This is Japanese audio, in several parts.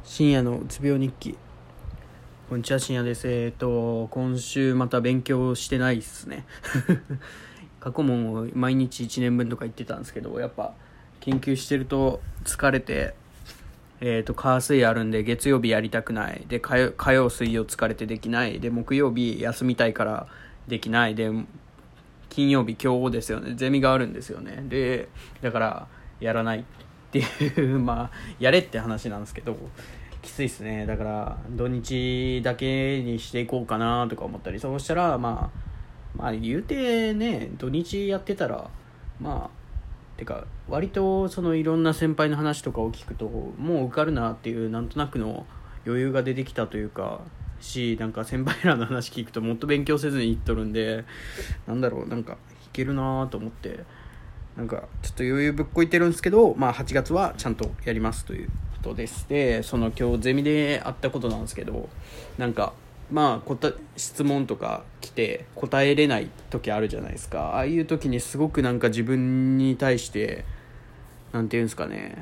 深夜のうつ病日記。こんにちは、深夜です。今週また勉強してないっすね過去問を毎日1年分とか言ってたんですけど、やっぱ研究してると疲れて、火水あるんで月曜日やりたくないで、火曜水曜疲れてできないで、木曜日休みたいからできないで、金曜日今日ですよね、ゼミがあるんですよね。でだからやらないっていうまあやれって話なんですけど、きついっすね。だから土日だけにしていこうかなとか思ったり、そうしたらまあ言うてね、土日やってたらてか割とそのいろんな先輩の話とかを聞くと、もう受かるなっていうなんとなくの余裕が出てきたというかなんか先輩らの話聞くともっと勉強せずにいっとるんで、なんかいけるなと思って、なんかちょっと余裕ぶっこいてるんですけど、8月はちゃんとやりますということです。でその今日ゼミであったことなんですけど、なんか質問とか来て答えれない時あるじゃないですか。ああいう時にすごくなんか自分に対してなんていうんですかね、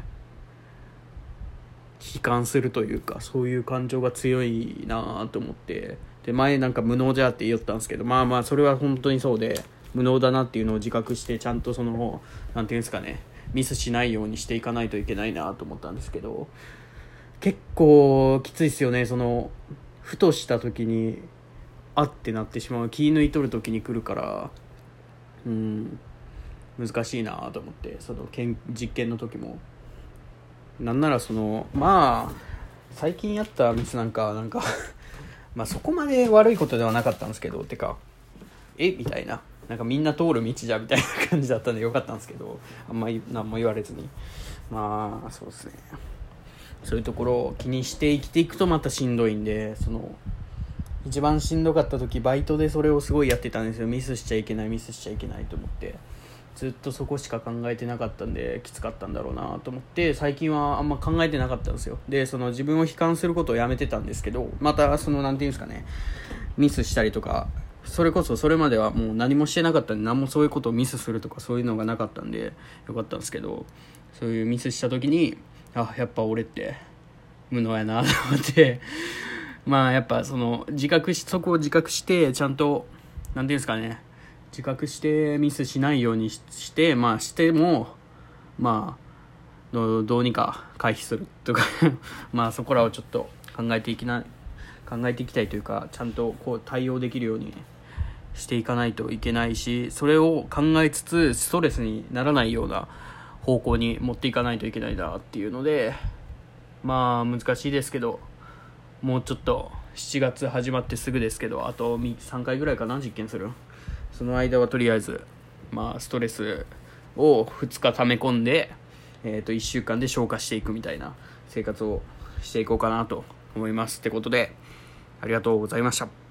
悲観するというか、そういう感情が強いなと思って、で前なんか無能じゃって言ったんですけど、それは本当にそうで無能だなっていうのを自覚して、ちゃんとそのなんていうんですかね、ミスしないようにしていかないといけないなと思ったんですけど、結構きついっすよね。そのふとした時にあってなってしまう、気抜いとる時に来るから、難しいなと思って、その実験の時もなんならその最近やったミスなんかそこまで悪いことではなかったんですけど、てかみたいな、なんかみんな通る道じゃみたいな感じだったんでよかったんですけど、あんまり何も言われずに、そうですね、そういうところを気にして生きていくとまたしんどいんで、その一番しんどかった時バイトでそれをすごいやってたんですよ。ミスしちゃいけないと思って、ずっとそこしか考えてなかったんできつかったんだろうなと思って、最近はあんま考えてなかったんですよ。でその自分を悲観することをやめてたんですけど、またそのなんていうんですかね、ミスしたりとか、それこそそれまではもう何もしてなかったんで、何もそういうことをミスするとかそういうのがなかったんでよかったんですけど、そういうミスした時にやっぱ俺って無能やなと思ってやっぱそこを自覚してちゃんとなんていうんですかね、自覚してミスしないようにして、してもどうにか回避するとかそこらをちょっと考えていきたいというか、ちゃんとこう対応できるようにしていかないといけないし、それを考えつつストレスにならないような方向に持っていかないといけないなっていうので、難しいですけど、もうちょっと7月始まってすぐですけど、あと3回ぐらいかな、実験する。その間はとりあえずストレスを2日溜め込んで、1週間で消化していくみたいな生活をしていこうかなと思います。ってことでありがとうございました。